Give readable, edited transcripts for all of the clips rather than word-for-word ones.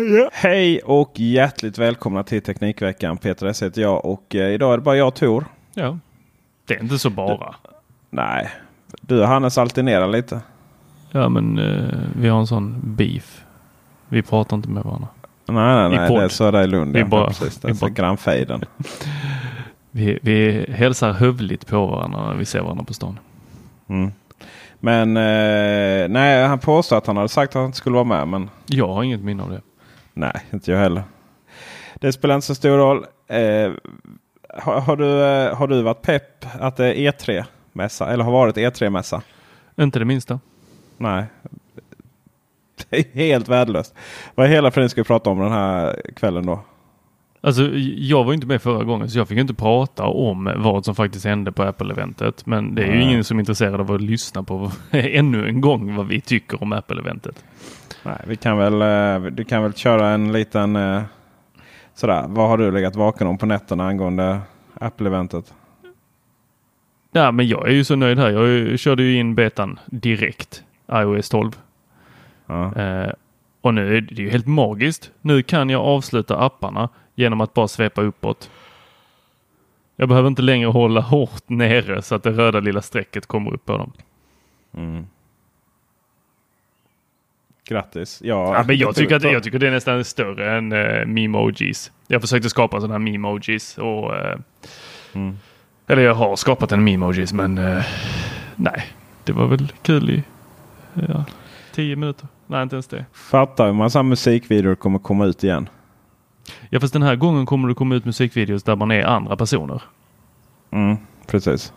Hej och hjärtligt välkomna till Teknikveckan. Peter S heter jag och idag är det bara jag och Tor. Ja, det är inte så bara. Nej, du och Hannes alternerar lite. Ja, men vi har en sån beef. Vi pratar inte med varandra. Nej, det är så där i Lund. Vi bara, precis, det är så grannfejden. vi hälsar hövligt på varandra när vi ser varandra på stan. Mm. Men nej, han påstår att han hade sagt att han inte skulle vara med. Men jag har inget minne av det. Nej, inte jag heller. Det spelar inte så stor roll. Har du varit pepp att det är E3-mässa? Eller har varit E3-mässa? Inte det minsta. Nej. Det är helt värdelöst. Vad är hela friden ska vi prata om den här kvällen då? Alltså, jag var inte med förra gången så jag fick inte prata om vad som faktiskt hände på Apple-eventet. Men det är ju ingen som är intresserad av att lyssna på ännu en gång vad vi tycker om Apple-eventet. Nej, du kan väl köra en liten sådär. Vad har du legat vaken om på nätterna angående Apple-eventet? Ja, men jag är ju så nöjd här. Jag körde ju in betan direkt. iOS 12. Ja. Och nu är det ju helt magiskt. Nu kan jag avsluta apparna genom att bara svepa uppåt. Jag behöver inte längre hålla hårt nere så att det röda lilla strecket kommer upp på dem. Mm. Grattis. Ja, men jag tycker det är nästan större än Memojis. Jag försökte skapa sådana här Memojis och eller jag har skapat en Memojis men nej, det var väl kul i 10 minuter. Nej, inte ens det. Fattar hur massa musikvideor kommer komma ut igen. Ja, fast den här gången kommer det komma ut musikvideos där man är andra personer. Precis.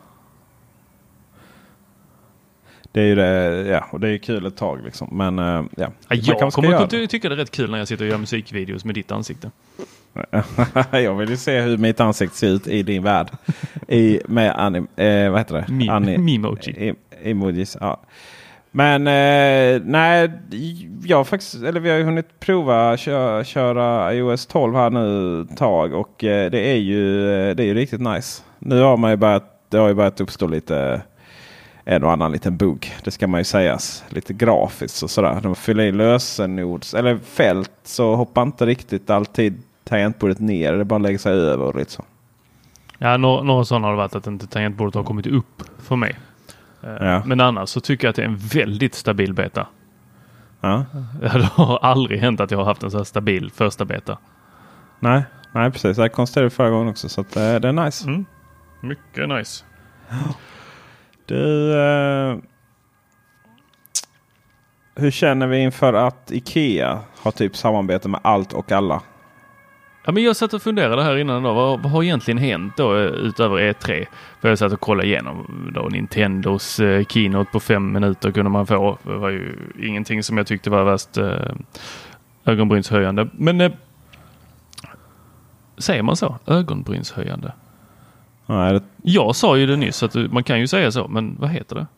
Det är ju det, ja, och det är ju kul ett tag liksom. Men ja. Jag kommer tycka det är rätt kul när jag sitter och gör musikvideos med ditt ansikte. Jag vill ju se hur mitt ansikte ser ut i din värld. Med vad heter det? Memoji. Emojis, ja. Men nej, vi har ju hunnit prova köra iOS 12 här nu ett tag och det är ju riktigt nice. Nu har det har ju börjat uppstå lite en och annan liten bugg. Det ska man ju sägas. Lite grafiskt och sådär. De fyller i lösenords eller fält så hoppar inte riktigt alltid tangentbordet ner. Det bara lägger sig över och lite så. Ja, några sådana har det varit att inte tangentbordet har kommit upp för mig. Ja. Men annars så tycker jag att det är en väldigt stabil beta. Ja. Det har aldrig hänt att jag har haft en så här stabil första beta. Nej, precis. Jag konstaterade förra gången också så att det är nice. Mycket nice. Du, hur känner vi inför att IKEA har typ samarbete med allt och alla? Ja, men jag satt och funderade här innan då. Vad har egentligen hänt då utöver E3? För jag satt och kollade igenom då Nintendos keynote på 5 minuter kunde man få. Det var ju ingenting som jag tyckte var värst ögonbrynshöjande. Men säger man så? Ögonbrynshöjande? Nej, Jag sa ju det nyss att man kan ju säga så. Men vad heter det?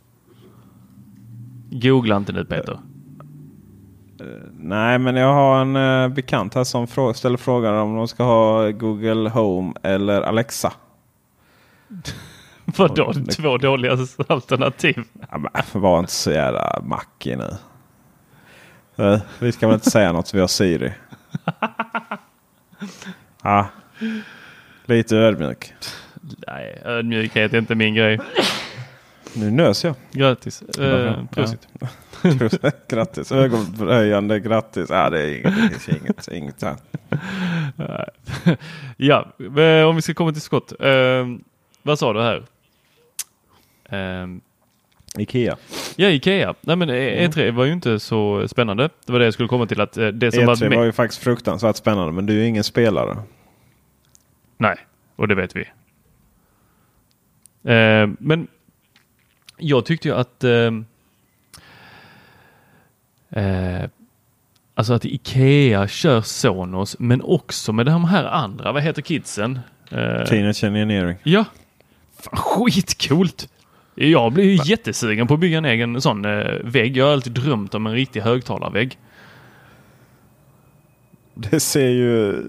Googla inte nu, Peter. Nej, men jag har en bekant här som ställer frågan om de ska ha Google Home eller Alexa. Vadå? 2 dåliga alternativ. Ja, men var inte så jävla mackig nu. Vi ska väl inte säga något så vi har Siri. Ja, lite ödmjuk. Nej, ödmjukhet är inte min grej. Nu nös jag. Grattis. Prosit. Ja. Grattis. Ögonbröjande grattis. Ja, det är inget här. Ja, om vi ska komma till skott. Vad sa du här? IKEA. Ja, IKEA. Nej, men E3 var ju inte så spännande. Det var det jag skulle komma till. Att det som E3 var ju faktiskt fruktansvärt spännande. Men du är ju ingen spelare. Nej, och det vet vi. Men jag tyckte ju att alltså att IKEA kör Sonos men också med de här andra, vad heter kidsen? Teenage Engineering. Ja, fan, skitcoolt. Jag blir ju jättesugen på att bygga en egen sån vägg. Jag har alltid drömt om en riktig högtalarvägg. Det ser ju...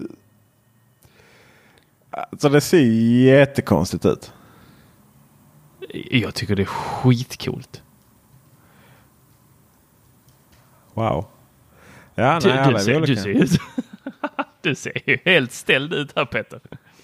Alltså det ser jättekonstigt ut. Jag tycker det är skitcoolt. Wow. Ja, nej, du ser ju helt ställd ut här, Peter.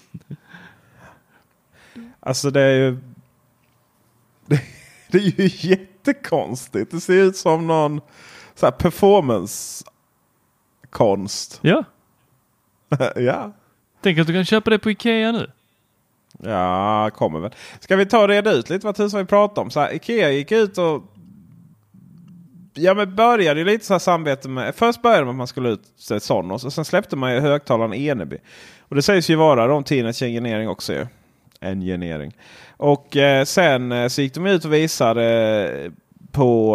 Alltså det är ju... Det är ju jättekonstigt. Det ser ut som någon så här performance-konst. Ja. Ja. Tänk att du kan köpa det på Ikea nu. Ja, kommer väl. Ska vi ta och reda ut lite vad tusen vi pratar om? Så här, Ikea gick ut och... Ja, men började ju lite så här samarbete med... Först började man att man skulle ut till Sonos. Och sen släppte man ju högtalaren Eneby. Och det sägs ju vara de Teenage Engineering också ju. Engineering. Och sen så gick de ut och visade på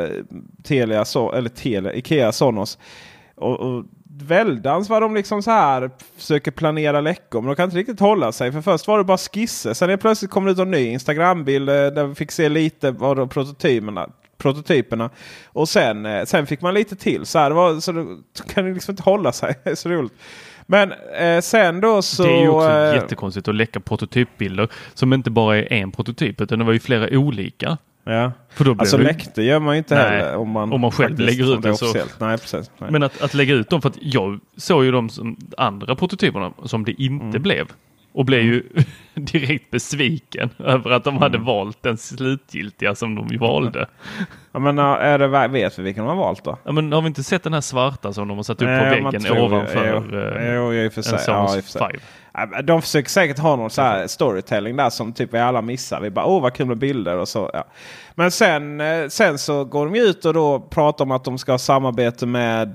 Ikea Sonos. Och väldans var de liksom så här försöker planera läckor, men de kan inte riktigt hålla sig. För först var det bara skisser. Sen plötsligt kom det ut en ny Instagram-bild där vi fick se lite av prototyperna. Och sen fick man lite till. Så här, så det kan det liksom inte hålla sig. Det är så roligt. Men sen då så... Det är ju också jättekonstigt att läcka prototypbilder som inte bara är en prototyp, utan det var ju flera olika. Ja, för då alltså läckte gör man ju inte heller om man själv lägger ut det så. Nej, precis. Nej. Men att lägga ut dem, för att jag såg ju de som andra prototyperna som det inte blev. Och blev ju direkt besviken över att de hade valt den slutgiltiga som de valde. Ja, men vet vi vilken de har valt då? Ja, men har vi inte sett den här svarta som de har satt upp på väggen ovanför i och för sig. Sonos 5? De försöker säkert ha någon så här storytelling där som typ vi alla missar. Vi bara, vad kul med bilder och så. Ja. Men sen så går de ut och då pratar om att de ska ha samarbete med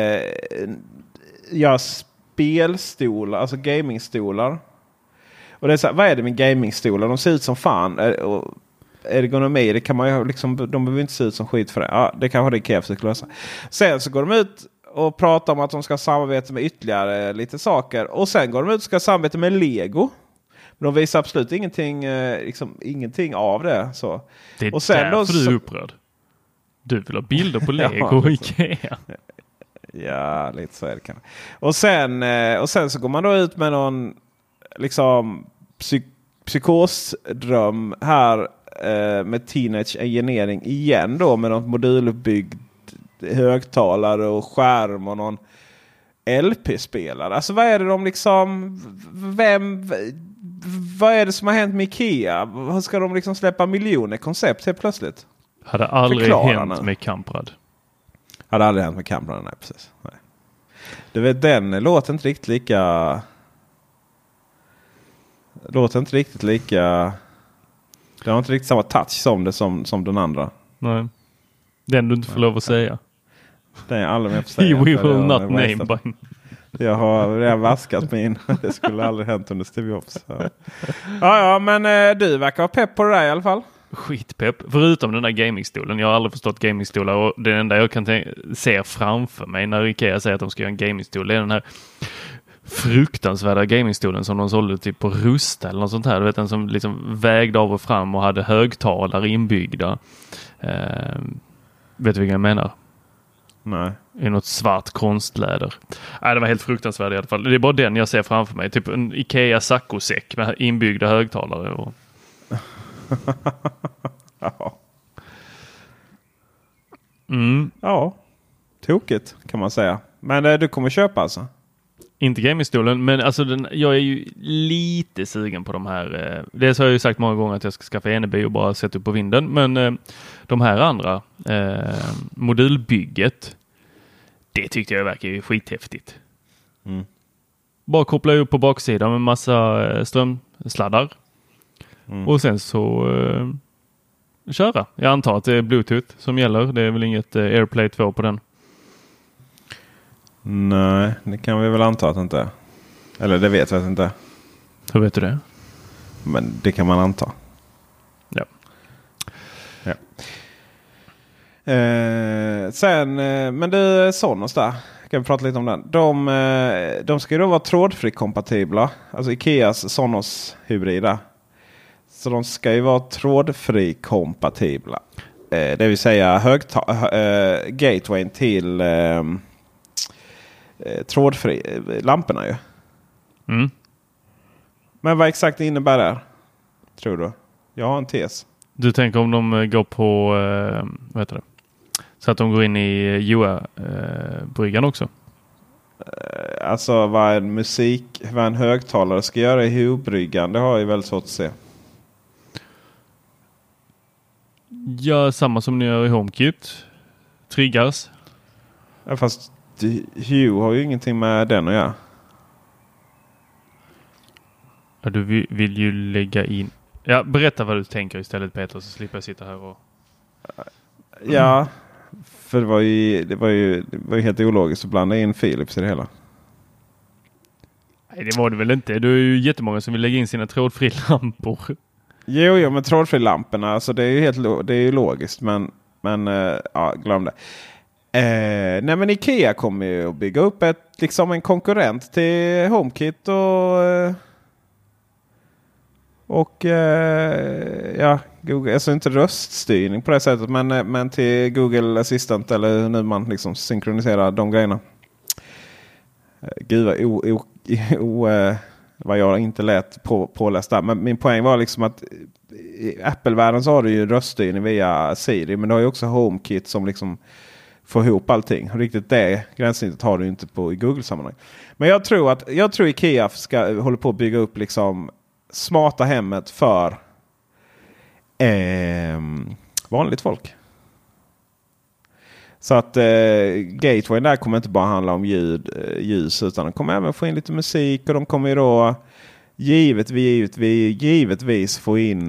spelstolar, alltså gamingstolar. Och det är så här, vad är det med gamingstolar? De ser ut som fan. Och ergonomi, det kan man ju liksom, de behöver inte se ut som skit för det. Ja, det kanske det krävs att lösa. Sen så går de ut och pratar om att de ska samarbeta med ytterligare lite saker. Och sen går de ut och ska samarbeta med Lego. Men de visar absolut ingenting av det. Så. Det är och sen därför du är upprörd. Du vill ha bilder på Lego och Ikea. Ja, lite så är det kan. Och sen så går man då ut med någon liksom psykosdröm här med Teenage Engineering igen då, med något moduluppbyggd högtalare och skärm och någon LP-spelare. Alltså vad är det de liksom vad är det som har hänt med Ikea? Ska de liksom släppa miljoner koncept helt plötsligt? Hade aldrig hänt med Kamprad. Hade aldrig hänt med Kamprad, nej precis. Nej. Du vet, den låter inte riktigt lika... Det har inte riktigt samma touch som den andra. Nej. Den du inte får lov att säga. Den är aldrig med för säga. We will not name by. Jag har redan vaskat min. Det skulle aldrig hänt under Steve Jobs. Ja, men du verkar vara pepp på det där i alla fall. Skitpepp. Förutom den där gamingstolen. Jag har aldrig förstått gamingstolar. Och det enda jag kan se framför mig när Ikea säger att de ska göra en gamingstol är den här fruktansvärda gamingstolen som de sålde typ på Rusta eller något sånt här. Du vet, den som liksom vägde av och fram och hade högtalare inbyggda. Vet du vilka jag menar? Nej. I något svart konstläder. Nej, det var helt fruktansvärt i alla fall. Det är bara den jag ser framför mig. Typ en Ikea saccosäck med inbyggda högtalare. Och... ja. Ja. Tokigt kan man säga. Men du kommer köpa alltså? Inte gamingstolen, men alltså jag är ju lite sugen på de här. Dels har jag ju sagt många gånger att jag ska skaffa Eneby och bara sätta upp på vinden. Men de här andra, modulbygget, det tyckte jag verkar ju skithäftigt. Bara koppla upp på baksidan med massa strömsladdar. Och sen så köra. Jag antar att det är Bluetooth som gäller. Det är väl inget AirPlay 2 på den. Nej, det kan vi väl anta att det inte är. Eller det vet jag inte. Hur vet du det? Men det kan man anta. Ja. Men det Sonos där. Kan vi prata lite om den. De ska ju då vara trådfri kompatibla. Alltså Ikeas Sonos hybrida. Så de ska ju vara trådfri kompatibla. Det vill säga gatewayn till trådfri lamporna ju. Men vad exakt innebär det? Tror du? Jag har en tes. Du tänker om de går på vad heter det? Så att de går in i Joa-bryggan också. Alltså vad en högtalare ska göra i Hue-bryggan, det har jag väldigt svårt att se. Ja, samma som ni gör i HomeKit. Triggas. Ja, fast Hue har ju ingenting med den att göra. Ja, du vill ju lägga in... Ja, berätta vad du tänker istället, Peter, så slipper jag sitta här och... Ja, för det var ju helt ologiskt att blanda in Philips i det hela. Nej, det var det väl inte. Det är ju jättemånga som vill lägga in sina trådfria lampor. Jo, men trådfri-lamporna, alltså det är ju logiskt, men ja, glöm det. Nej, men Ikea kommer ju att bygga upp en konkurrent till HomeKit och ja, Google, alltså inte röststyrning på det sättet, men till Google Assistant eller nu man liksom synkroniserar de grejerna. Gud vad jag inte lät påläst där. Men min poäng var liksom att i Apple-världen så har du ju röststyrning via Siri, men du har ju också HomeKit som liksom får ihop allting. Och riktigt det gränssnittet har du inte i Google-sammanhang. Men jag tror Ikea håller på att bygga upp liksom smarta hemmet för vanligt folk. Så att Gateway där kommer inte bara handla om ljus, utan de kommer även få in lite musik, och de kommer ju då givetvis få in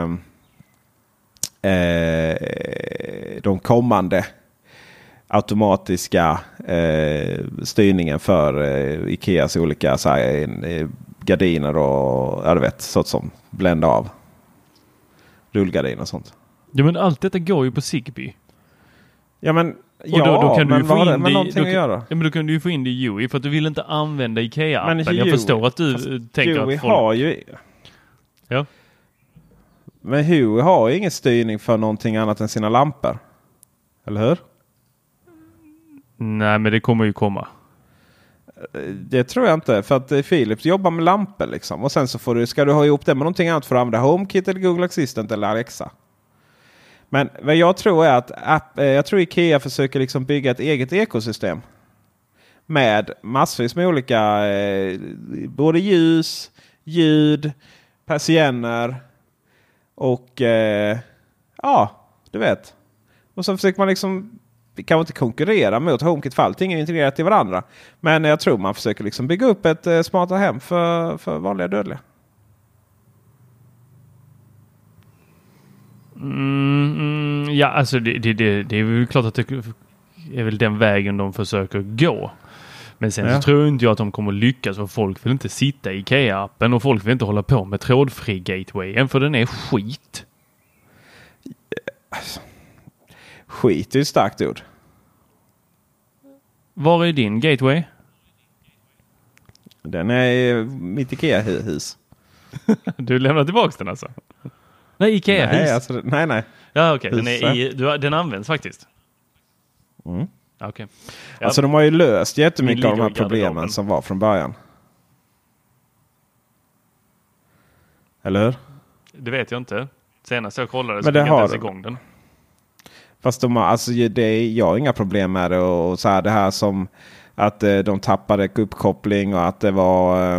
de kommande automatiska styrningen för Ikeas olika gardiner och sånt som blända av rullgardiner och sånt. Ja, men allt detta går ju på Zigbee. Ja, men då kan du få in det någonting att göra. Ja, men då kan du ju få in det i Hue, för att du vill inte använda Ikea-appen. Men jag förstår att du tänker Hue att folk... har ju... Ja. Men Hue har ju ingen styrning för någonting annat än sina lampor. Eller hur? Nej, men det kommer ju komma. Det tror jag inte, för att Philips jobbar med lampor liksom. Och sen så ska du ha ihop det med någonting annat för att använda HomeKit eller Google Assistant eller Alexa. Men vad jag tror är att Ikea försöker liksom bygga ett eget ekosystem med massvis med olika både ljus, ljud, persienner och ja, du vet. Och så försöker man liksom, vi kan inte konkurrera mot HomeKit, för allting är integrerat i varandra. Men jag tror man försöker liksom bygga upp ett smarta hem för vanliga dödliga. Ja, alltså det är väl klart att det är väl den vägen de försöker gå. Men sen så tror inte jag att de kommer lyckas, och folk vill inte sitta i Ikea-appen, och folk vill inte hålla på med trådfri gatewayen, för den är skit. Skit är ett starkt ord. Var är din gateway? Den är i mitt Ikea-hus. Du lämnar tillbaka den alltså? Nej, Ikea-hus. Nej, alltså, nej. Ja, okej. Den används faktiskt. Mm. Okay. Ja. Alltså de har ju löst jättemycket av de här problemen som var från början. Eller hur? Det vet jag inte. Senast jag kollade så fick jag inte ens igång den. Fast jag har inga problem med det. Och så här, det här som att de tappade uppkoppling, och att det var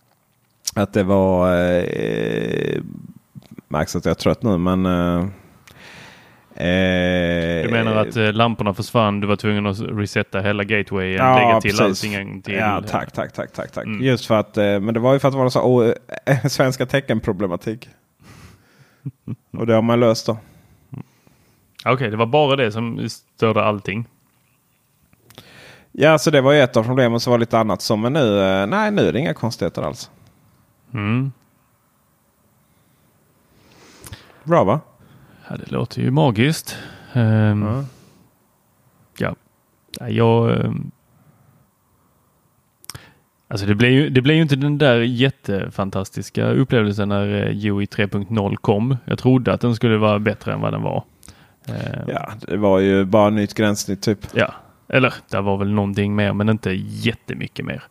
märks att jag är trött nu, men du menar att lamporna försvann, du var tvungen att resetta hela gatewayen, lägga till allting till... Ja, tack. Just för att, men det var ju för att det var så svenska teckenproblematik. Och det har man löst då. Okej, det var bara det som störde allting. Ja, så det var ju ett av problemen, så var lite annat som, men nu är det inga konstigheter alls. Bra, va? Ja, det låter ju magiskt. Ja, alltså det blev ju inte den där jättefantastiska upplevelsen när Hue 3.0 kom. Jag trodde att den skulle vara bättre än vad den var. Ja, det var ju bara nytt gränssnitt typ. Ja, eller det var väl någonting mer, men inte jättemycket mer.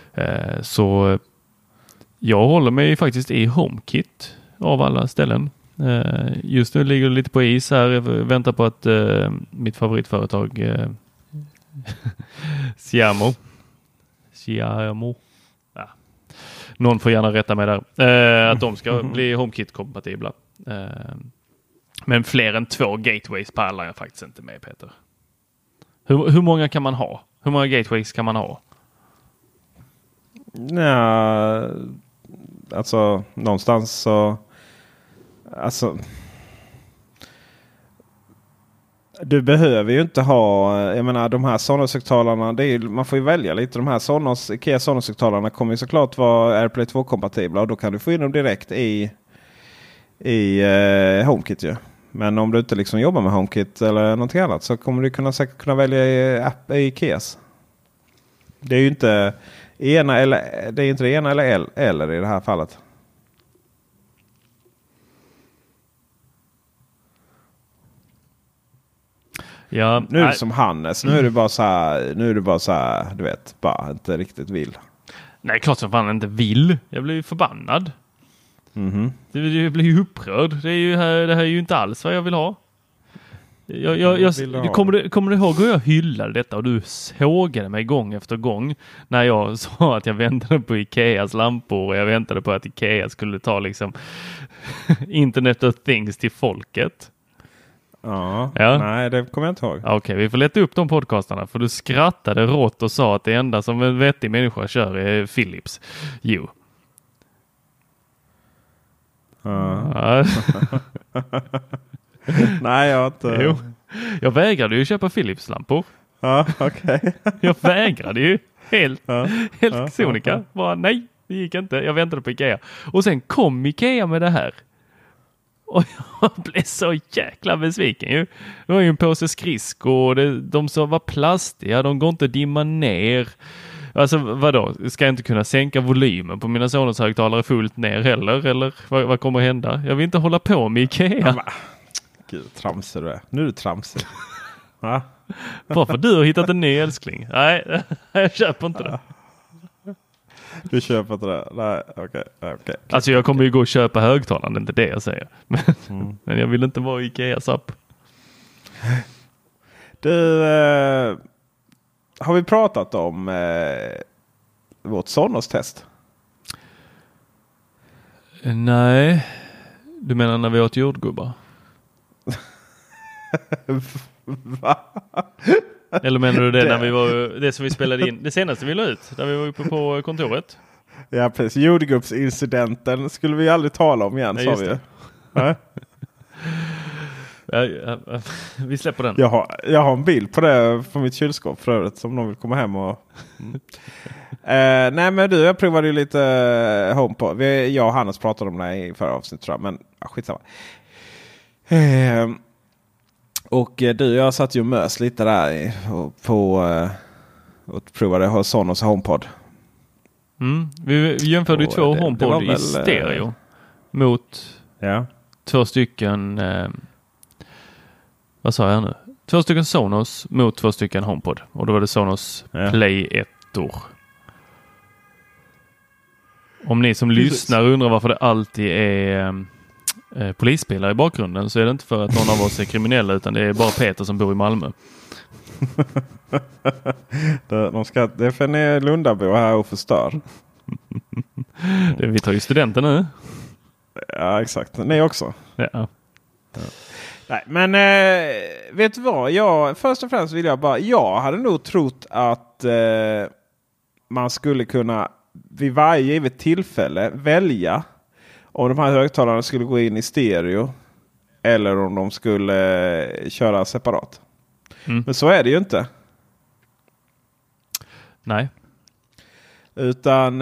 Så jag håller mig faktiskt i HomeKit av alla ställen. Just nu ligger det lite på is här. Jag väntar på att mitt favoritföretag Xiaomi. Ja. Någon får gärna rätta mig där. Att de ska bli HomeKit-kompatibla. Men fler än 2 gateways pallar jag faktiskt inte med, Peter. Hur många kan man ha? Hur många gateways kan man ha? Ja, alltså någonstans så... Alltså... Du behöver ju inte ha, jag menar de här Sonos-högtalarna, man får ju välja lite. De här Ikea Sonos-högtalarna kommer ju såklart vara AirPlay 2-kompatibla och då kan du få in dem direkt i HomeKit ju. Men om du inte liksom jobbar med HomeKit eller någonting annat så kommer du säkert kunna välja i Ikeas. Det är ju inte det ena eller i det här fallet. Ja, nu är det som Hannes. Nu är det bara så här, du vet, bara inte riktigt vill. Nej, klart som fan inte vill. Jag blir ju förbannad. Jag blir ju upprörd. Det här är ju inte alls vad jag vill ha. Kommer du ihåg hur jag hyllade detta och du sågade mig gång efter gång när jag sa att jag väntade på Ikeas lampor och jag väntade på att Ikea skulle ta liksom Internet of Things till folket. Ja, nej det kommer jag inte ihåg. Okej, vi får leta upp de podcastarna för du skrattade rått och sa att det enda som en vettig människa kör är Philips. Jo. Ja. Nej, jag inte. Jo. Jag vägrade ju köpa Philips-lampor. Ja, okej. Jag vägrade ju helt sonika. Bara nej, det gick inte. Jag väntade på Ikea. Och sen kom Ikea med det här. Och jag blev så jäkla besviken ju. Det var ju en påse skridskor. De som var plastiga, de går inte att dimma ner. Alltså vadå? Ska jag inte kunna sänka volymen på mina Sonos högtalare fullt ner heller? Eller vad kommer hända? Jag vill inte hålla på med Ikea. Ja, gud, tramser du är. Nu är du tramser. Va? Bara för du har hittat en ny älskling. Nej, jag köper inte det. Du köper inte det? Nej, okej. Alltså jag kommer ju gå och köpa högtalaren, det är inte det jag säger. Men jag vill inte vara i Ikeas app. Du, har vi pratat om vårt Sonos-test? Nej, du menar när vi åt jordgubbar? Va? Eller menar du det när vi var det som vi spelade in, det senaste vi la ut, där vi var uppe på kontoret? Ja, precis. Jordgubbsincidenten skulle vi aldrig tala om igen, sa vi ju. Vi släpper den. Jag har en bild på det på mitt kylskåp för övrigt som någon vill komma hem och... nej men jag provade ju lite HomePod. Jag och Hannes pratade om det i förra avsnittet tror jag, men skitsamma. Och du och jag satt ju och mös lite där och provade Sonos HomePod. Vi jämförde ju 2 HomePod i stereo mot 2 stycken vad sa jag nu? 2 stycken Sonos mot 2 stycken HomePod. Och då var det Sonos Play 1-or. Om ni som lyssnar undrar varför det alltid är polisbilar i bakgrunden så är det inte för att någon av oss är kriminella utan det är bara Peter som bor i Malmö. Det är för ni är Lundabo här och förstör. Vi tar ju studenten nu. Ja, exakt. Ni också. Ja. Nej, men vet du vad? Först och främst vill jag hade nog trott att man skulle kunna vid varje givet tillfälle välja om de här högtalarna skulle gå in i stereo eller om de skulle köra separat. Men så är det ju inte. Nej. Utan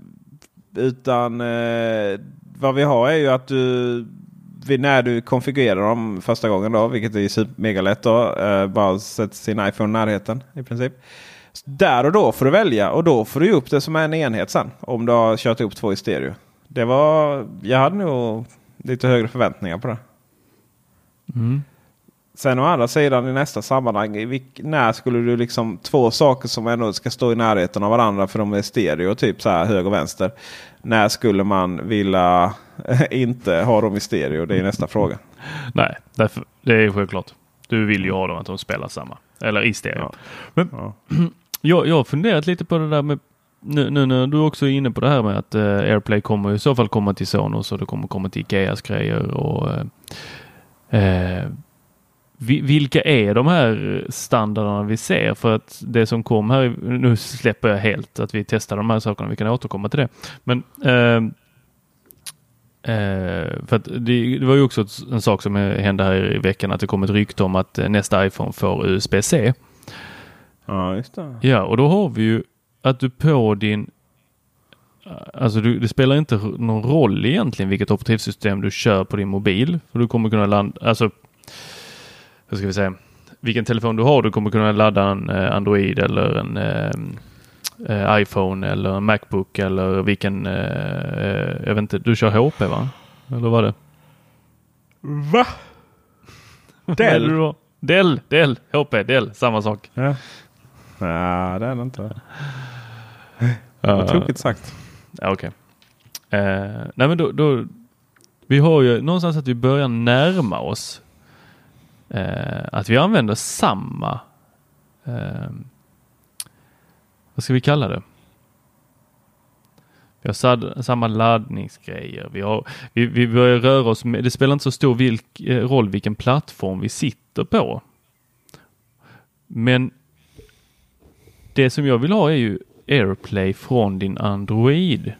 vad vi har är ju att när du konfigurerar dem första gången då, vilket är mega lätt då, bara sätta sin iPhone i närheten i princip. Där och då får du välja och då får du upp det som en enhet sen om du har kört upp 2 i stereo. Jag hade nog lite högre förväntningar på det. Sen å andra sidan i nästa sammanhang, när skulle du liksom två saker som ändå ska stå i närheten av varandra för de är stereo, typ så här höger och vänster. När skulle man vilja inte ha dem i stereo? Det är nästa fråga. Nej, därför, det är självklart. Du vill ju ha dem att de spelar samma. Eller i stereo. Ja. Men jag har funderat lite på det där med nu när du också är inne på det här med att AirPlay kommer i så fall komma till Sonos och det kommer komma till Ikeas grejer och vilka är de här standarderna vi ser? För att det som kom här, nu släpper jag helt att vi testar de här sakerna, vi kan återkomma till det. Men för att det var ju också en sak som hände här i veckan, att det kom ett rykte om att nästa iPhone får USB-C. Ja, just det. Ja, och då har vi ju att du på din, alltså det spelar inte någon roll egentligen vilket operativsystem du kör på din mobil, för du kommer kunna alltså hur ska vi säga, vilken telefon du har, du kommer kunna ladda en Android eller en iPhone eller en Macbook eller vilken jag vet inte, du kör HP va? Eller vad det? Va? Dell, HP, Dell, samma sak. Ja. Nej, det är det inte. Vad tråkigt sagt. Ja, okej. Nej men då vi har ju någonstans att vi börjar närma oss att vi använder samma vad ska vi kalla det? Vi har samma laddningsgrejer. Vi börjar röra oss med, det spelar inte så stor roll vilken plattform vi sitter på. Men det som jag vill ha är ju AirPlay från din Android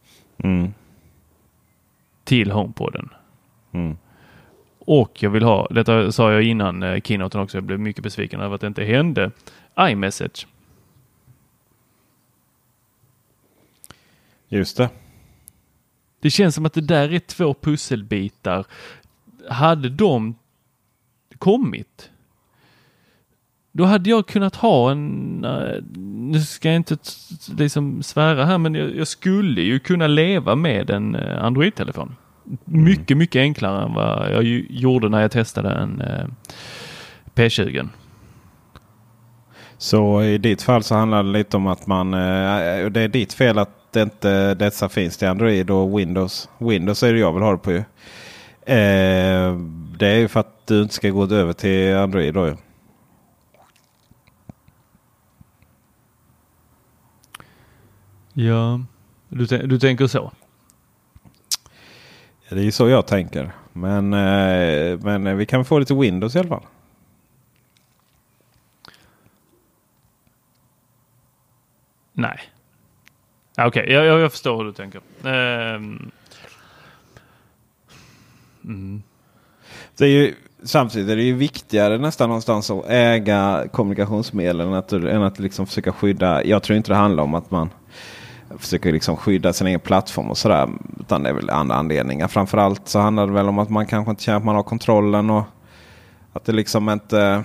till HomePoden. Och jag vill ha, detta sa jag innan keynoten också, jag blev mycket besviken över att det inte hände, iMessage. Just det. Det känns som att det där är två pusselbitar. Hade de kommit, då hade jag kunnat ha nu ska jag inte liksom svära här, men jag skulle ju kunna leva med en Android-telefon. Mycket, mycket enklare än vad jag gjorde när jag testade en P20. Så i ditt fall så handlar det lite om att man, det är ditt fel att det inte dessa finns till Android och Windows. Windows är det jag vill ha det på ju. Det är ju för att du inte ska gå över till Android då ju. Ja, du tänker så? Det är ju så jag tänker. Men vi kan få lite Windows i alla fall. Nej. Okej, jag förstår hur du tänker. Det är ju, samtidigt är det ju viktigare nästan någonstans att äga kommunikationsmedlen än att liksom försöka skydda. Jag tror inte det handlar om att man försöker liksom skydda sin egen plattform och sådär. Utan det är väl andra anledningar. Framförallt så handlar det väl om att man kanske inte känner att man har kontrollen och att det liksom inte...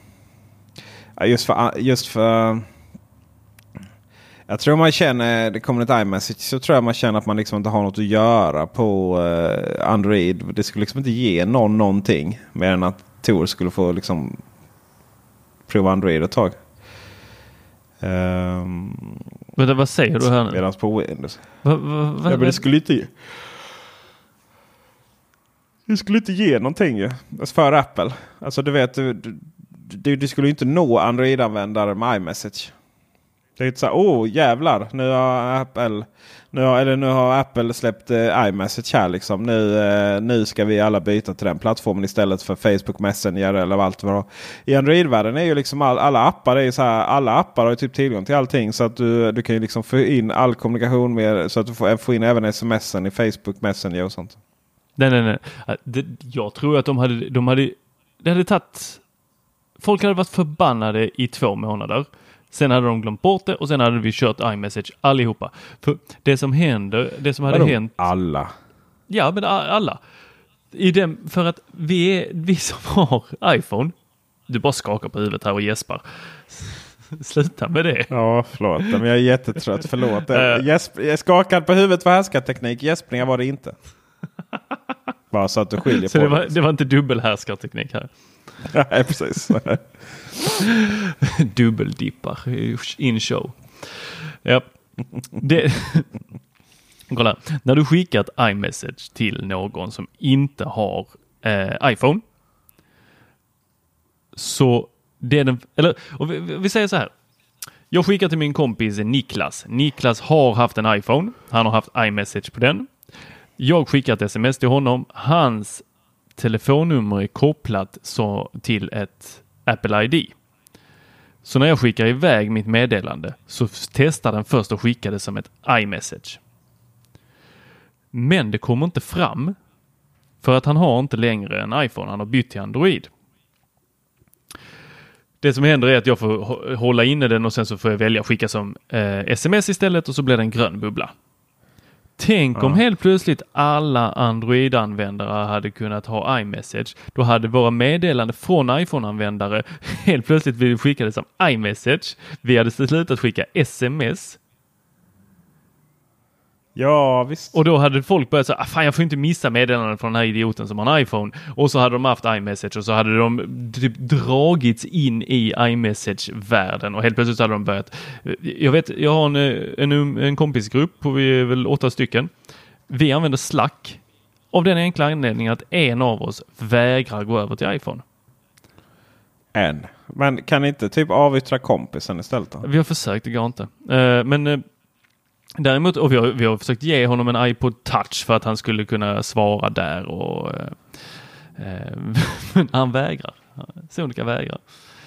Just för jag tror man känner, det kommer ett iMessage, så tror jag man känner att man liksom inte har något att göra på Android. Det skulle liksom inte ge någonting mer än att Tor skulle få liksom prova Android ett tag. Vad säger du här nu? Medan på Windows. Men det skulle inte ge någonting ju. Alltså för Apple. Alltså du vet, du skulle inte nå Android-användare med iMessage. Det är inte så jävlar, nu har Apple släppt iMessage här liksom. Nu ska vi alla byta till den plattformen istället för Facebook Messenger eller allt vad. I Android-världen är ju liksom alla appar, det är så här, alla appar har ju typ tillgång till allting, så att du kan ju liksom få in all kommunikation med, så att du får in även sms:en i Facebook Messenger och sånt. Nej. Jag tror att det hade tagit, folk hade varit förbannade i 2 månader. Sen hade de glömt bort det och sen hade vi kört iMessage allihopa. För det som hade hänt... Alla? Ja, men alla. För att vi som har iPhone, du bara skakar på huvudet här och gäspar. Sluta med det. Ja, förlåt. Men jag är jättetrött. Förlåt. Jag skakade på huvudet för härskarteknik. Gäspningar var det inte. Bara så att du skiljer så på det var inte dubbelhärskarteknik här. Nej, precis. Dubbeldippar in show. Ja. Kolla. När du skickar ett iMessage till någon som inte har iPhone, så det är den, eller och vi säger så här. Jag skickar till min kompis Niklas. Niklas har haft en iPhone. Han har haft iMessage på den. Jag skickar ett sms till honom. Hans telefonnummer är kopplat till ett Apple ID. Så när jag skickar iväg mitt meddelande så testar den först att skicka det som ett iMessage. Men det kommer inte fram för att han har inte längre en iPhone. Han har bytt till Android. Det som händer är att jag får hålla inne den och sen så får jag välja skicka som sms istället och så blir det en grön bubbla. Tänk om helt plötsligt alla Android-användare hade kunnat ha iMessage. Då hade våra meddelande från iPhone-användare helt plötsligt blivit skickade som iMessage. Vi hade slutat skicka sms. Ja, visst. Och då hade folk börjat säga, fan jag får inte missa meddelanden från den här idioten som har en iPhone. Och så hade de haft iMessage och så hade de typ dragits in i iMessage-världen. Och helt plötsligt hade de börjat, jag har en kompisgrupp på vi är väl 8 stycken. Vi använder Slack av den enkla anledningen att en av oss vägrar gå över till iPhone. Men kan ni inte typ avyttra kompisen istället då? Vi har försökt, det går inte. Däremot, och vi har försökt ge honom en iPod Touch för att han skulle kunna svara där och men han vägrar. Sonika vägrar.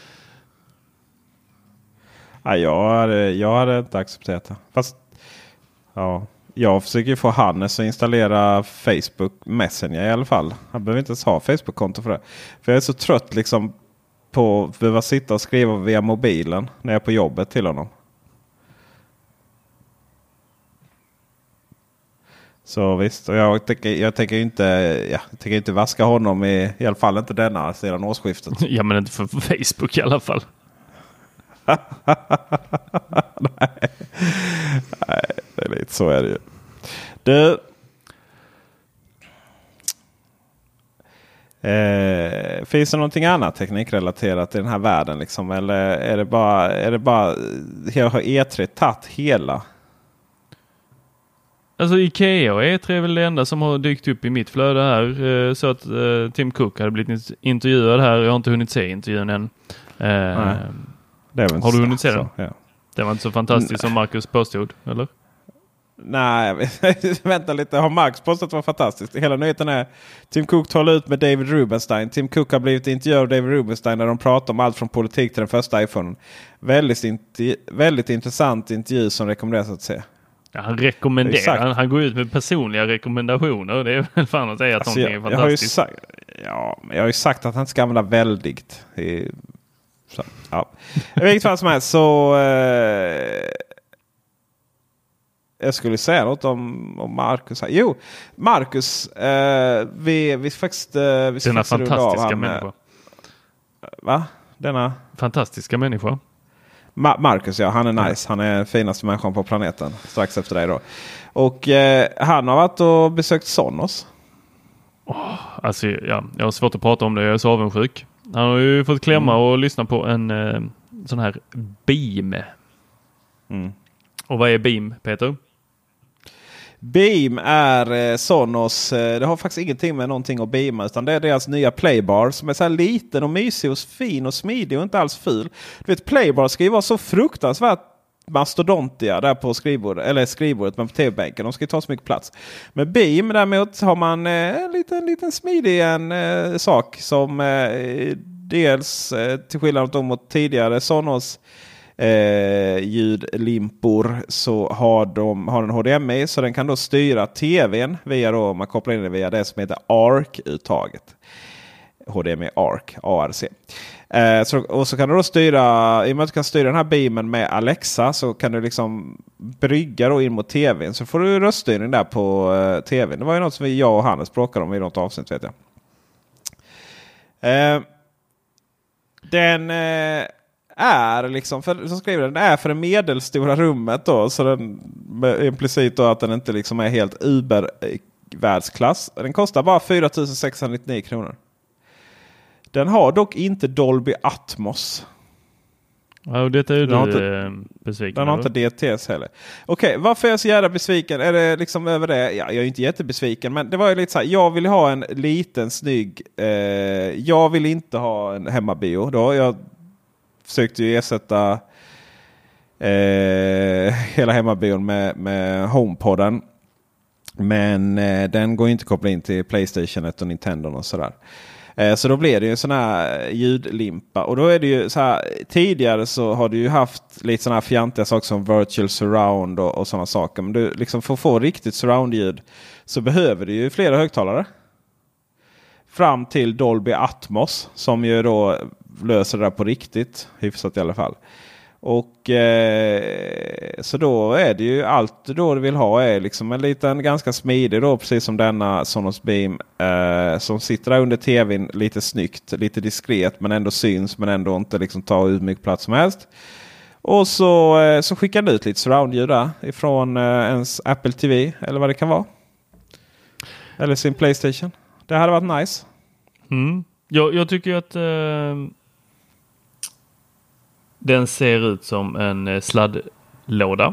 Ja, jag hade inte accepterat det. Fast ja, jag försöker få Hannes att installera Facebook Messenger i alla fall. Han behöver inte ens ha Facebook-konto för det. För jag är så trött liksom på att behöva sitta och skriva via mobilen när jag är på jobbet till honom. Så visst, och jag tänker inte vaska honom i alla fall inte denna sedan årsskiftet. Ja, men inte för Facebook i alla fall. Nej, det är lite så är det ju. Du, finns det någonting annat teknikrelaterat i den här världen liksom? Eller är det bara har E3 tagit hela? Alltså Ikea och E3 är väl det enda som har dykt upp i mitt flöde här. Så att Tim Cook hade blivit intervjuad här. Jag har inte hunnit se intervjun än. Har du hunnit se den? Ja. Det var inte så fantastiskt som Marcus påstod, eller? Nej, vänta lite. Har Marcus påstått att det var fantastiskt? Hela nyheten är Tim Cook talar ut med David Rubenstein. Tim Cook har blivit intervjuad av David Rubenstein när de pratar om allt från politik till den första iPhone. Väldigt intressant intervju som rekommenderas att se. Ja, han rekommenderar. Han går ut med personliga rekommendationer. Det är väl fan att säga att någonting är fantastiskt. Jag har ju sagt att han ska använda väldigt. Ja. I vilket fall som helst så jag skulle säga något om Marcus här. Jo, Marcus vi faktiskt denna fantastiska människa. Va? Denna fantastiska människa. Marcus, ja, han är nice. Han är den finaste människan på planeten. Strax efter dig då. Och han har varit och besökt Sonos. Alltså, ja, jag har svårt att prata om det. Jag är så avundsjuk. Han har ju fått klämma och lyssna på en sån här Beam. Och vad är Beam, Peter? Beam är Sonos. Det har faktiskt ingenting med någonting att beama, utan det är deras nya Playbar som är så här liten och mysig och fin och smidig och inte alls ful. Du vet, Playbar ska ju vara så fruktansvärt mastodontiga där på skrivbordet men på tv-bänken. De ska ju ta så mycket plats. Men Beam däremot har man en liten smidig sak som dels till skillnad mot tidigare Sonos ljudlimpor så har den HDMI, så den kan då styra tvn via då, man kopplar in det via det som heter ARC-uttaget. HDMI ARC. Och så kan du då styra, i och med att du kan styra den här beamen med Alexa, så kan du liksom brygga då in mot tvn, så får du röststyrning där på tvn. Det var ju något som jag och Hannes bråkade om i något avsnitt, vet jag. Den är liksom den är för det medelstora rummet då, så den implicit då att den inte liksom är helt världsklass. Den kostar bara 4 699 kronor. Den har dock inte Dolby Atmos. Ja, och detta är du besviken. Den har inte DTS heller. Okej, varför är jag så jävla besviken? Är det liksom över det? Ja, jag är inte jättebesviken. Men det var ju lite så här. Jag vill ha en liten snygg. Jag vill inte ha en hemmabio. Då jag försökte ju ersätta hela hemmabion med HomePodden. Men den går inte att koppla in till PlayStation och Nintendo och sådär. Så då blir det ju en sån här ljudlimpa. Och då är det ju så här, tidigare så har du ju haft lite såna här fjantiga saker som virtual surround och sådana saker. Men du liksom för att få riktigt surround-ljud så behöver du ju flera högtalare. Fram till Dolby Atmos som ju då löser det där på riktigt. Hyfsat i alla fall. Och så då är det ju allt då du vill ha är liksom en liten ganska smidig då, precis som denna Sonos Beam som sitter där under tvn lite snyggt, lite diskret men ändå syns men ändå inte liksom tar ut mycket plats som helst. Och så skickar du ut lite surround-ljud där ifrån ens Apple TV eller vad det kan vara. Eller sin PlayStation. Det hade varit nice. Jag tycker att den ser ut som en sladdlåda.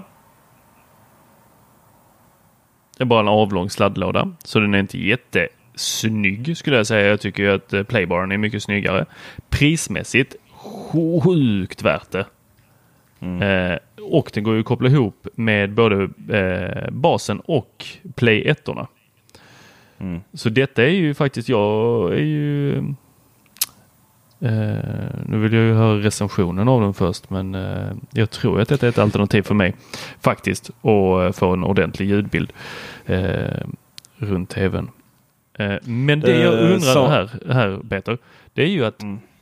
Det är bara en avlång sladdlåda. Så den är inte jättesnygg skulle jag säga. Jag tycker ju att Playbaren är mycket snyggare. Prismässigt sjukt värt det. Och den går ju att koppla ihop med både basen och Play 1-orna. Så detta är ju faktiskt, jag är ju... nu vill jag ju höra recensionen av den först, men jag tror att detta är ett alternativ för mig faktiskt och få en ordentlig ljudbild runt tvn. Men det jag undrar här Peter, det är ju att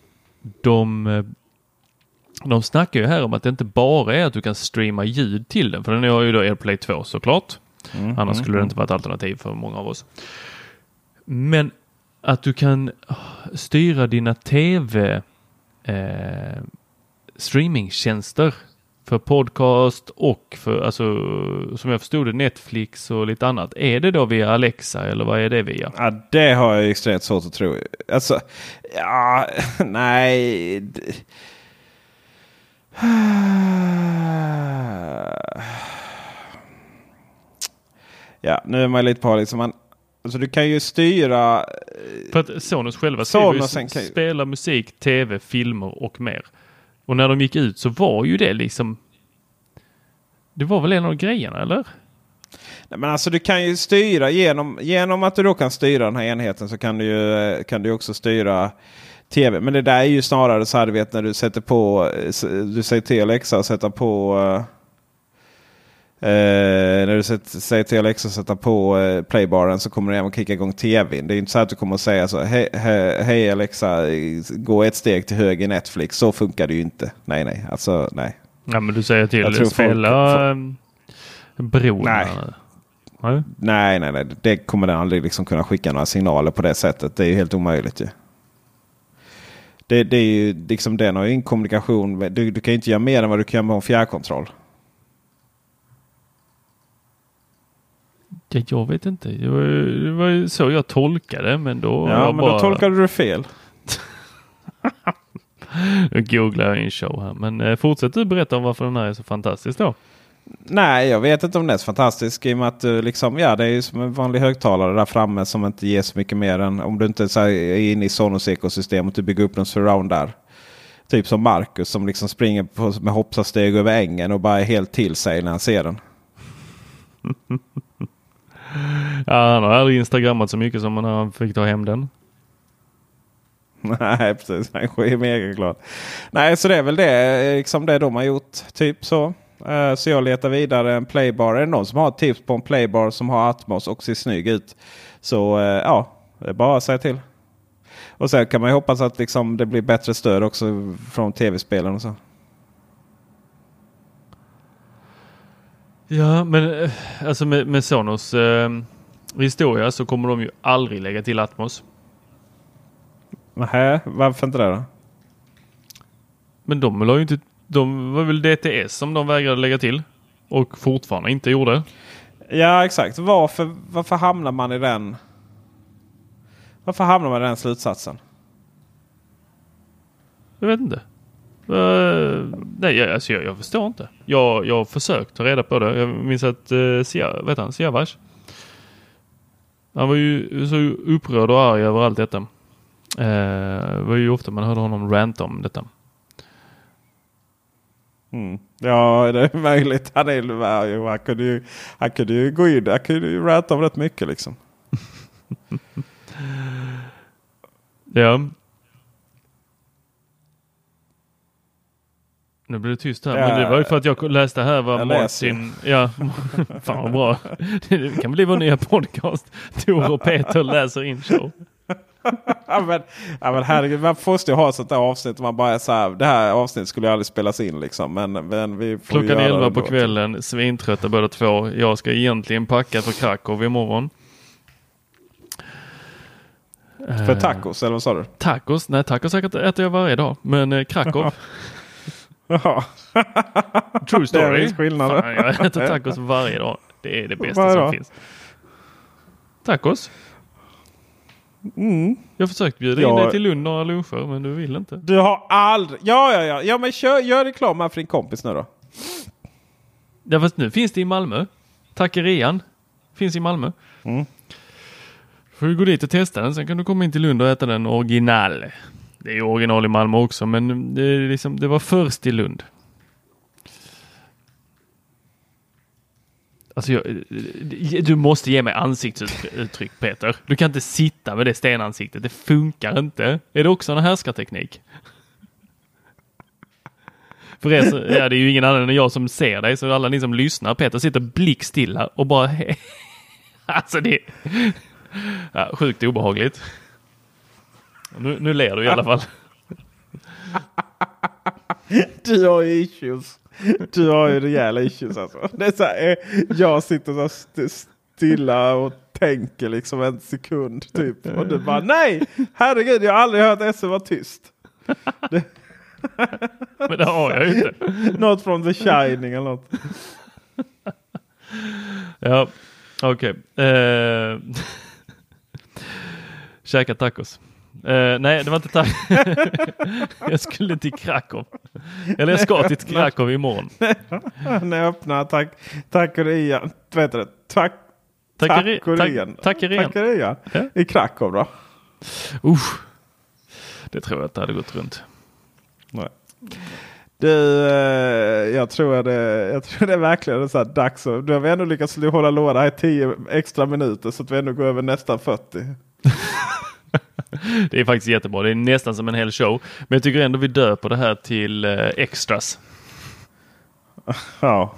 de snackar ju här om att det inte bara är att du kan streama ljud till den, för den har ju då AirPlay 2 såklart. Annars skulle det inte vara ett alternativ för många av oss. Men att du kan styra dina tv streamingtjänster för podcast och för, alltså, som jag förstod det, Netflix och lite annat. Är det då via Alexa eller vad är det via? Ja, det har jag extremt svårt att tro. Alltså, ja, nej. Ja, nu är man lite på liksom alltså du kan ju styra... För att Sonos själva spela musik, tv, filmer och mer. Och när de gick ut så var ju det liksom... Det var väl en av grejerna, eller? Nej, men alltså du kan ju styra genom att du då kan styra den här enheten så kan du också styra tv. Men det där är ju snarare så här, du vet, när du sätter på... Du säger till Alexa och sätta på... när du säger till Alexa att sätta på playbaren så kommer den att kicka igång tvn. Det är inte så att du kommer att säga så hej Alexa, gå ett steg till höger Netflix. Så funkar det ju inte. Nej. Alltså, nej. Ja, men du säger till spela bron. Nej. Det kommer den aldrig liksom kunna skicka några signaler på det sättet. Det är ju helt omöjligt ju. Det är ju liksom, den har ju en kommunikation. Du kan ju inte göra mer än vad du kan med en fjärrkontroll. Jag vet inte. Det var så jag tolkade, men då... Ja, men då tolkade du fel. Nu googlar jag en show här. Men fortsätt du berätta om varför den här är så fantastisk då. Nej, jag vet inte om den är så fantastisk. I och med att du liksom, ja, det är ju som en vanlig högtalare där framme som inte ger så mycket mer än om du inte är inne i Sonos ekosystem och du bygger upp en surround där. Typ som Marcus som liksom springer med hoppsasteg över ängen och bara är helt till sig när han ser den. Ja, han har aldrig instagrammat så mycket som när han fick ta hem den. Nej, precis. Han är mega glad. Nej, så det är väl det liksom det de har gjort. Typ så. Så jag letar vidare en playbar. Är det någon som har tips på en playbar som har Atmos och ser snygg ut? Så ja, det är bara att säga till. Och sen kan man ju hoppas att liksom det blir bättre stöd också från tv-spelen och så. Ja, men alltså med Sonos historia så kommer de ju aldrig lägga till Atmos. Nej, varför inte det då? Men de var väl DTS som de vägrade lägga till och fortfarande inte gjorde. Ja, exakt. Varför hamnar man i den? Varför hamnar man i den slutsatsen? Jag vet inte. Nej, jag förstår inte. Jag har försökt ta reda på det. Jag minns att Siavash. Han var ju så upprörd och arg över allt detta. Det var ju ofta man hörde honom ranta om detta. Ja, det är möjligt. Han kunde ju gå in. Han kunde ju ranta om rätt mycket liksom. Ja. Nu blir det tyst här. Men det var ju för att jag läste här vad Martin... Ja, fan vad bra. Det kan bli vår nya podcast. Tor och Peter läser in show. men herregud, man måste ju ha ett sånt där avsnitt. Man bara är så här, det här avsnittet skulle aldrig spelas in liksom. Men vi får klockan göra 11 på kvällen. Svintrötta båda två. Jag ska egentligen packa för Krakow imorgon. För tacos, eller vad sa du? Tacos? Nej, tacos äter jag varje dag. Men Krakow... Ja. True story. Fan, jag äter tacos varje dag. Det är det bästa som finns. Tacos? Jag har försökt bjuda in dig till Lund några luncher, men du vill inte. Du har aldrig... Ja, men gör reklam här för din kompis nu då. Ja, fast nu finns det i Malmö. Tackerian finns i Malmö. Får du gå dit och testa den, sen kan du komma in till Lund och äta den original. Det är ju original i Malmö också, men det var först i Lund. Alltså du måste ge mig ansiktsuttryck, Peter. Du kan inte sitta med det stenansiktet. Det funkar inte. Är det också en härskarteknik? För det är ju ingen annan än jag som ser dig, så alla ni som lyssnar. Peter sitter blickstilla och bara... Alltså det är sjukt obehagligt. Nu ler du i alla fall. Du har ju issues. Du har ju rejäla issues alltså. Det är så här, jag sitter så stilla och tänker liksom en sekund typ. Och du bara, nej! Herregud, jag har aldrig hört Esse vara tyst. Men det har jag ju inte. Något från The Shining eller något. Ja, okej. Käka tacos. Nej, det var inte tack. Jag skulle till Krakow. Eller jag ska till Krakow imorgon. När jag öppnar tackerian. Vad heter det? Tackerian. Ja. I Krakow då. Det tror jag inte hade gått runt. Nej. Jag tror det är verkligen så här dags. Du har ändå lyckats hålla låda i 10 extra minuter så att vi ändå går över nästan 40. Det är faktiskt jättebra. Det är nästan som en hel show. Men jag tycker ändå vi döper det här till extras. Ja.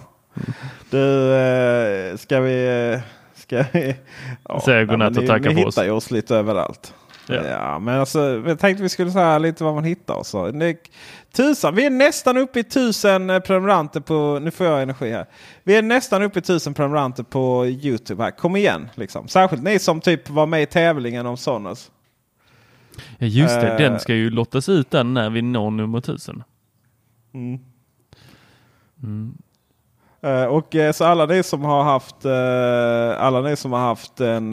Du, ska vi säga godnatt och tacka för oss. Ni hittar ju oss lite överallt. Ja, men alltså, jag tänkte vi skulle säga lite vad man hittar oss. Vi är nästan uppe i 1000 prenumeranter på... Nu får jag energi här. Vi är nästan uppe i 1000 prenumeranter på YouTube här. Kom igen, liksom. Särskilt ni som typ var med i tävlingen om Sonos. Ja, just det. Den ska ju lottas ut den när vi når nummer 1000. Och så alla ni som har haft en...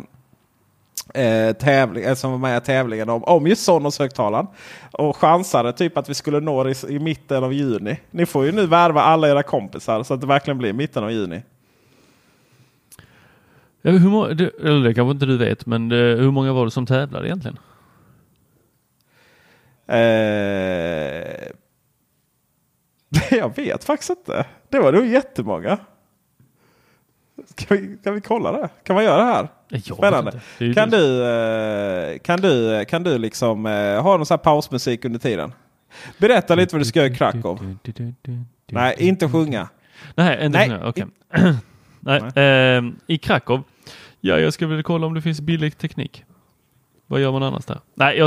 tävling, som var med i tävlingen om just Sonos högtalaren och chansade typ att vi skulle nå det i mitten av juni. Ni får ju nu värva alla era kompisar så att det verkligen blir mitten av juni. Ja, eller det kanske inte du vet, men hur många var det som tävlade egentligen? Jag vet faktiskt inte. Det var nog jättemånga. Kan vi kolla det? Kan man göra det här? Spännande. Kan du liksom ha någon sån här pausmusik under tiden? Berätta lite vad du ska göra i Krakow. Nej, inte sjunga. Nej, inte sjunga. Okej. Nej. I Krakow. Ja, jag ska väl kolla om det finns billig teknik. Vad gör man annars där? Nej,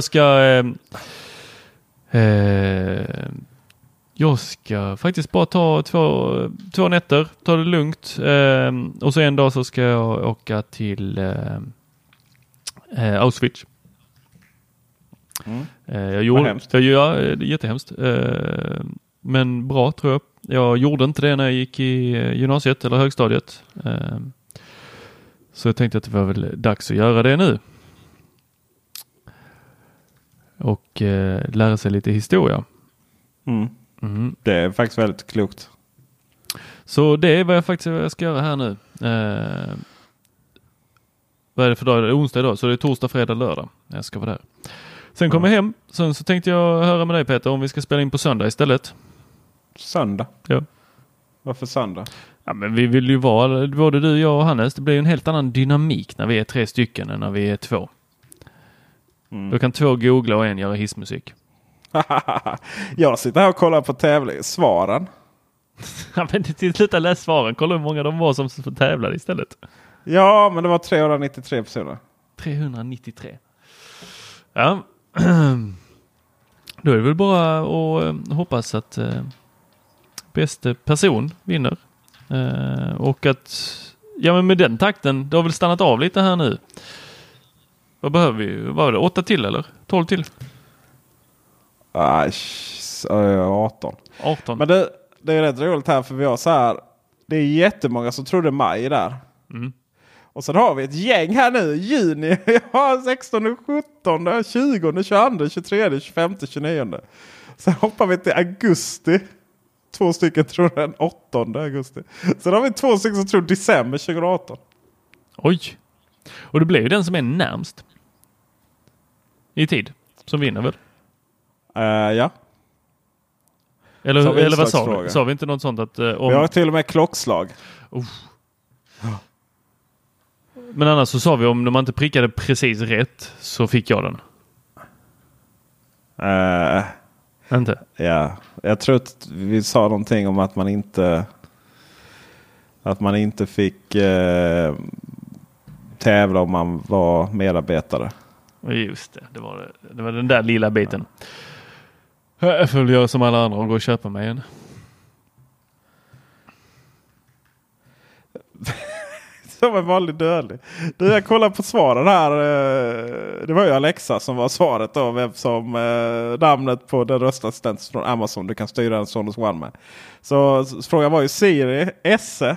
jag ska faktiskt bara ta två nätter, ta det lugnt. Och så en dag så ska jag åka till Auschwitz. Det är jättehemskt. Men bra tror jag. Jag gjorde inte det när jag gick i gymnasiet eller högstadiet. Så jag tänkte att det var väl dags att göra det nu. Och lära sig lite historia. Det är faktiskt väldigt klokt. Så det är vad jag ska göra här nu. Vad är det för dag? Det är onsdag idag, så det är torsdag, fredag, lördag. Jag ska vara där. Sen kommer jag hem. Sen så tänkte jag höra med dig, Peter, om vi ska spela in på söndag istället. Söndag? Ja. Varför söndag? Ja, men vi vill ju vara, både du, jag och Hannes, det blir ju en helt annan dynamik när vi är 3 stycken än när vi är 2. Då kan 2 googla och en göra hissmusik. Jag sitter här och kollar på tävling. Svaren. Ja, men sluta läs svaren. Kolla hur många de var som tävlade istället. Ja, men det var 393 personer. 393. Ja. Då är det väl bara att hoppas att bästa person vinner. Och att, ja, men med den takten, det har väl stannat av lite här nu. Vad behöver vi? Vad var det? 8 till eller? 12 till? 18. Men det är rätt roligt här, för vi har så här, det är jättemånga som trodde maj där. Och sen har vi ett gäng här nu, juni, ja, 16, 17, 20, 22, 23, 25, 29. Sen hoppar vi till augusti. 2 stycken tror den 8 augusti. Sen har vi 2 stycken som tror december 2018. Oj. Och det blir ju den som är närmst i tid som vinner väl? Ja. Eller vad sa vi? Sa vi inte något sånt att... Vi har till och med klockslag. Men annars så sa vi, om man inte prickade precis rätt så fick jag den. Inte? Ja, jag tror att vi sa någonting om att man inte fick tävla om man var medarbetare. Just det, det var den där lilla biten. Jag får göra som alla andra och gå och köpa mig en. Som en vanlig dödlig. Jag kollar på svaren här. Det var ju Alexa som var svaret då. Vem som namnet på den röstassistent från Amazon. Du kan styra en Sonos One med. Så frågan var ju Siri, Esse,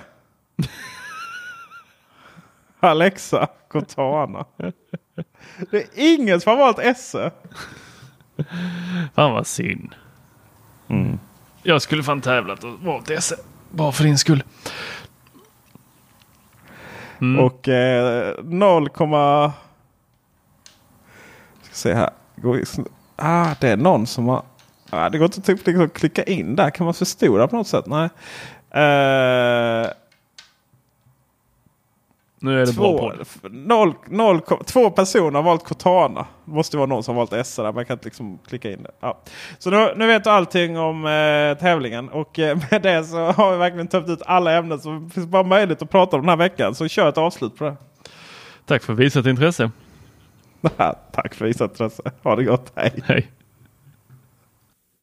Alexa, Cortana. Det är ingen som har valt Esse. Fan vad synd. Jag skulle fan tävlat och valt Esse. Bara för din skull. Och 0, ska se här. Det är någon som har... det går inte typ liksom klicka in där. Kan man förstora på något sätt? Nej. Nu är det bra på. 2 personer har valt Cortana. Det måste vara någon som har valt S där. Man kan inte liksom klicka in det. Ja. Så nu vet du allting om tävlingen. Och med det så har vi verkligen tömt ut alla ämnen. Så det finns bara möjlighet att prata om den här veckan. Så kör ett avslut på det. Tack för visat intresse. Tack för visat intresse. Ha det gott. Hej. Hej.